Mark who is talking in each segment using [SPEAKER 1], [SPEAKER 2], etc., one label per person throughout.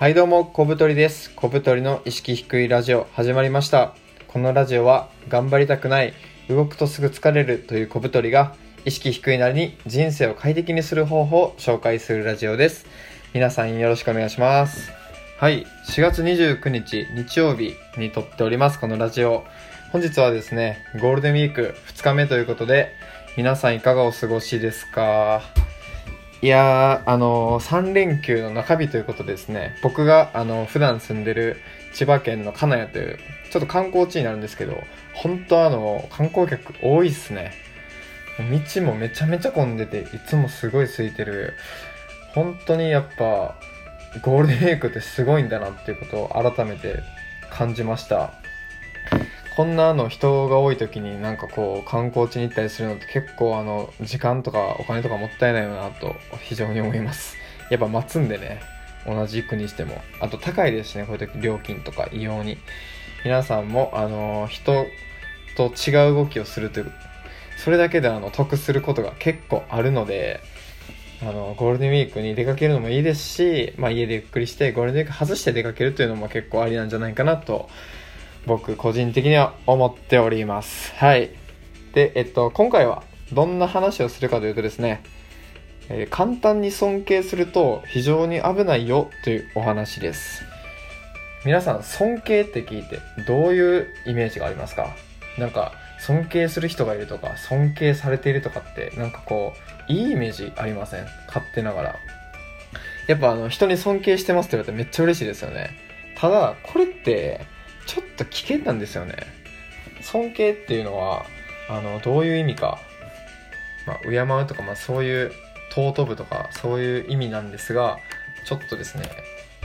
[SPEAKER 1] はいどうも、小太りです。小太りの意識低いラジオ始まりました。このラジオは頑張りたくない、動くとすぐ疲れるという小太りが意識低いなりに人生を快適にする方法を紹介するラジオです。皆さんよろしくお願いします。はい、4月29日日曜日に撮っておりますこのラジオ。本日はですね、ゴールデンウィーク2日目ということで、皆さんいかがお過ごしですか？いやー、3連休の中日ということでですね、僕が普段住んでる千葉県の金谷というちょっと観光地になるんですけど、本当観光客多いっすね。道もめちゃめちゃ混んでて、いつもすごい空いてる。本当にやっぱゴールデンウィークってすごいんだなっていうことを改めて感じました。こんな人が多い時に観光地に行ったりするのって結構時間とかお金とかもったいないよなと非常に思います。やっぱ待つんでね、同じ国しても。あと高いですしね、こういう時料金とか異様に。皆さんも人と違う動きをするという、それだけで得することが結構あるので、ゴールデンウィークに出かけるのもいいですし、家でゆっくりしてゴールデンウィーク外して出かけるというのも結構ありなんじゃないかなと僕個人的には思っております。はい。で、今回はどんな話をするかというとですね、簡単に尊敬すると非常に危ないよというお話です。皆さん、尊敬って聞いてどういうイメージがありますか？尊敬する人がいるとか尊敬されているとかっていいイメージありません？勝手ながら。やっぱ人に尊敬してますって言われてめっちゃ嬉しいですよね。ただこれってちょっと危険なんですよね。尊敬っていうのはどういう意味か、敬うとか、そういう尊ぶとかそういう意味なんですが、ちょっとですね、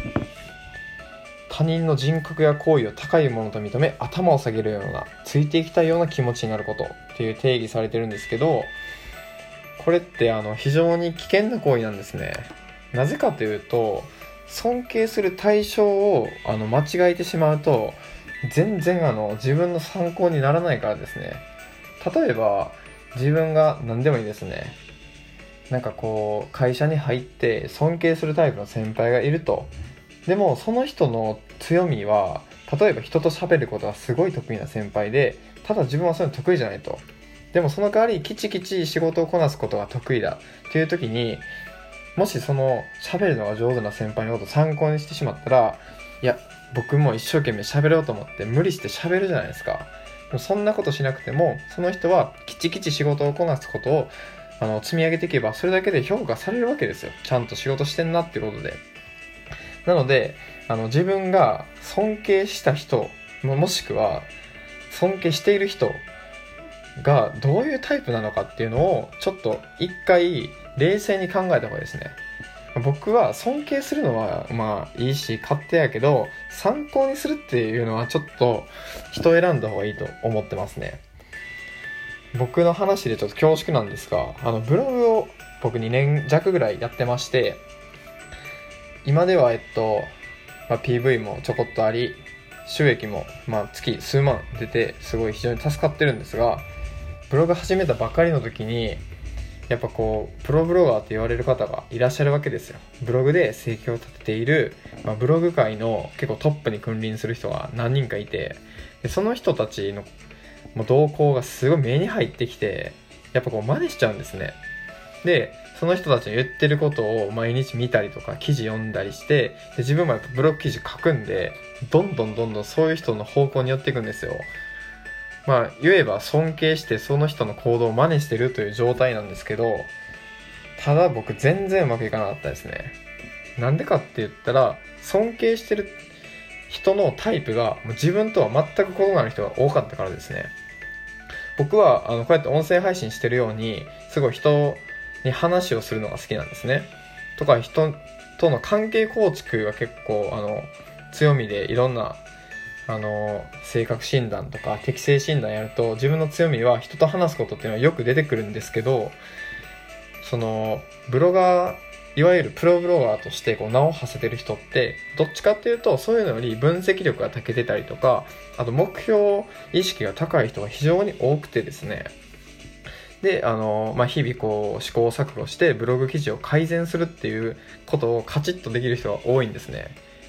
[SPEAKER 1] 他人の人格や行為を高いものと認め頭を下げるような、ついていきたいような気持ちになることっていう定義されてるんですけど、これって非常に危険な行為なんですね。なぜかというと、尊敬する対象を間違えてしまうと全然自分の参考にならないからですね。例えば自分が何でもいいですね、会社に入って尊敬するタイプの先輩がいると。でもその人の強みは、例えば人と喋ることがすごい得意な先輩で、ただ自分はそういうの得意じゃないと。でもその代わりきちきち仕事をこなすことが得意だっていう時に、もしその喋るのが上手な先輩のことを参考にしてしまったら、いや僕も一生懸命喋ろうと思って無理して喋るじゃないですか。でもそんなことしなくても、その人はきちきち仕事をこなすことを積み上げていけば、それだけで評価されるわけですよ。ちゃんと仕事してんなってことで。なので自分が尊敬した人、もしくは尊敬している人がどういうタイプなのかっていうのをちょっと一回冷静に考えた方がいいですね。僕は尊敬するのはいいし勝手やけど、参考にするっていうのはちょっと人を選んだ方がいいと思ってますね。僕の話でちょっと恐縮なんですが、ブログを僕2年弱ぐらいやってまして、今ではPV もちょこっとあり、収益も月数万出て、すごい非常に助かってるんですが、ブログ始めたばかりの時にやっぱプロブロガーって言われる方がいらっしゃるわけですよ。ブログで生計を立てている、ブログ界の結構トップに君臨する人が何人かいて、でその人たちの動向がすごい目に入ってきて、やっぱ真似しちゃうんですね。でその人たちの言ってることを毎日見たりとか記事読んだりして、で自分もやっぱブログ記事書くんで、どんどんそういう人の方向に寄っていくんですよ。言えば尊敬してその人の行動を真似してるという状態なんですけど、ただ僕全然うまくいかなかったですね。なんでかって言ったら、尊敬してる人のタイプがもう自分とは全く異なる人が多かったからですね。僕はこうやって音声配信してるように、すごい人に話をするのが好きなんですね。とか人との関係構築が結構強みで、いろんな性格診断とか適性診断やると、自分の強みは人と話すことっていうのはよく出てくるんですけど、そのブロガー、いわゆるプロブロガーとして名を馳せてる人ってどっちかっていうと、そういうのより分析力が長けてたりとか、あと目標意識が高い人が非常に多くてですね。で日々試行錯誤してブログ記事を改善するっていうことをカチッとできる人が多いんですね。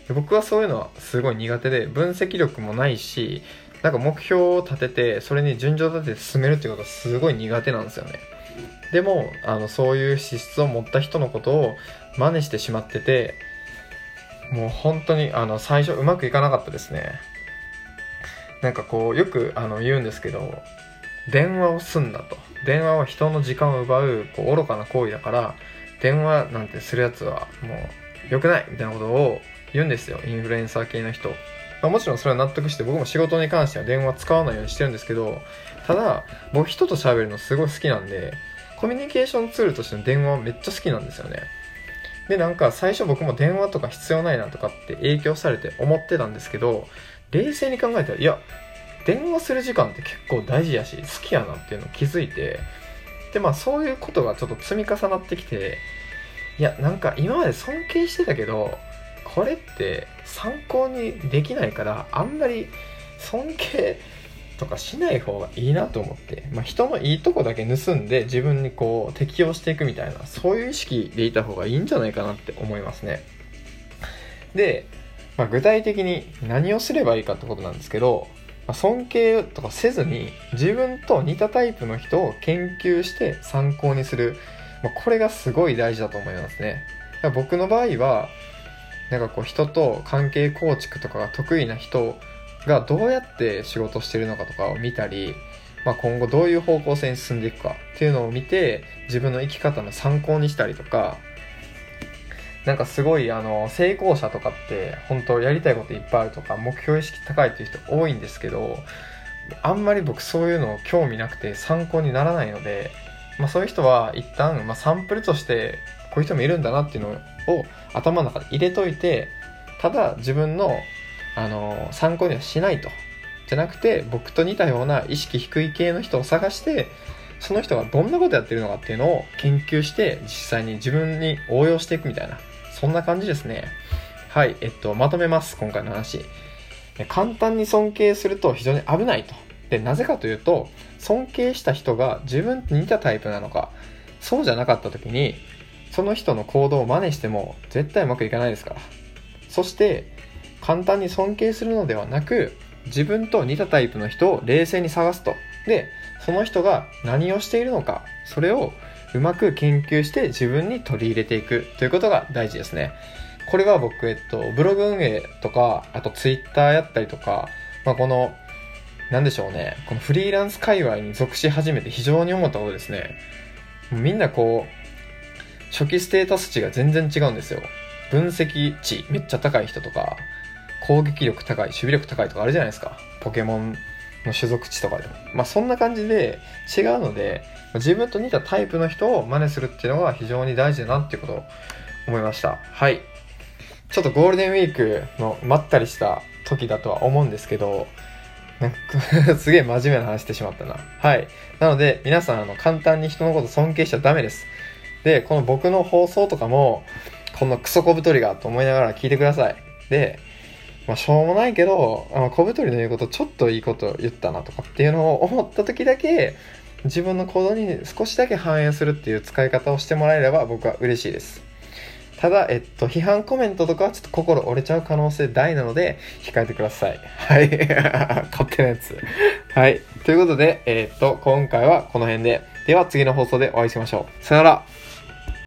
[SPEAKER 1] 僕はそういうのはすごい苦手で、分析力もないし、なんか目標を立ててそれに順序立てて進めるっていうことはすごい苦手なんですよね。でもそういう資質を持った人のことを真似してしまってて、もう本当に最初うまくいかなかったですね。なんかこうよく言うんですけど、電話をすんなと。電話は人の時間を奪う愚かな行為だから、電話なんてするやつはもう良くないみたいなことを言うんですよ、インフルエンサー系の人。もちろんそれは納得して、僕も仕事に関しては電話使わないようにしてるんですけど、ただ僕人と喋るのすごい好きなんで、コミュニケーションツールとしての電話めっちゃ好きなんですよね。でなんか最初僕も電話とか必要ないなとかって影響されて思ってたんですけど、冷静に考えたら、いや電話する時間って結構大事やし好きやなっていうのを気づいて、でそういうことがちょっと積み重なってきて、いやなんか今まで尊敬してたけどこれって参考にできないから、あんまり尊敬とかしない方がいいなと思って、人のいいとこだけ盗んで自分に適応していくみたいな、そういう意識でいた方がいいんじゃないかなって思いますね。で、具体的に何をすればいいかってことなんですけど、尊敬とかせずに自分と似たタイプの人を研究して参考にする、これがすごい大事だと思いますね。僕の場合はなんか人と関係構築とかが得意な人がどうやって仕事してるのかとかを見たり、今後どういう方向性に進んでいくかっていうのを見て自分の生き方の参考にしたりとか、なんかすごい成功者とかって本当やりたいこといっぱいあるとか目標意識高いっていう人多いんですけど、あんまり僕そういうの興味なくて参考にならないので、そういう人は一旦サンプルとしてこういう人もいるんだなっていうのを頭の中で入れといて、ただ自分の参考にはしないと、じゃなくて僕と似たような意識低い系の人を探して、その人がどんなことやってるのかっていうのを研究して実際に自分に応用していくみたいな、そんな感じですね。はい、まとめます。今回の話、簡単に尊敬すると非常に危ないと。でなぜかというと、尊敬した人が自分と似たタイプなのかそうじゃなかった時にその人の行動を真似しても絶対うまくいかないですから。そして簡単に尊敬するのではなく、自分と似たタイプの人を冷静に探すと。でその人が何をしているのか、それをうまく研究して自分に取り入れていくということが大事ですね。これは僕、ブログ運営とか、あとツイッターやったりとか、このなんでしょうね、このフリーランス界隈に属し始めて非常に思ったことですね。みんな初期ステータス値が全然違うんですよ。分析値めっちゃ高い人とか、攻撃力高い、守備力高いとかあるじゃないですか。ポケモンの種族値とかでも。そんな感じで違うので、自分と似たタイプの人を真似するっていうのが非常に大事だなっていうことを思いました。はい。ちょっとゴールデンウィークのまったりした時だとは思うんですけど、なんかすげえ真面目な話してしまったな。はい。なので皆さん簡単に人のこと尊敬しちゃダメです。で、この僕の放送とかもこのクソ小太りがと思いながら聞いてください。で、しょうもないけど小太りの言うことちょっといいこと言ったなとかっていうのを思った時だけ自分の行動に少しだけ反映するっていう使い方をしてもらえれば僕は嬉しいです。ただ、批判コメントとかはちょっと心折れちゃう可能性大なので控えてください。はい。勝手なやつ。はい。ということで、今回はこの辺で。では次の放送でお会いしましょう。さよなら。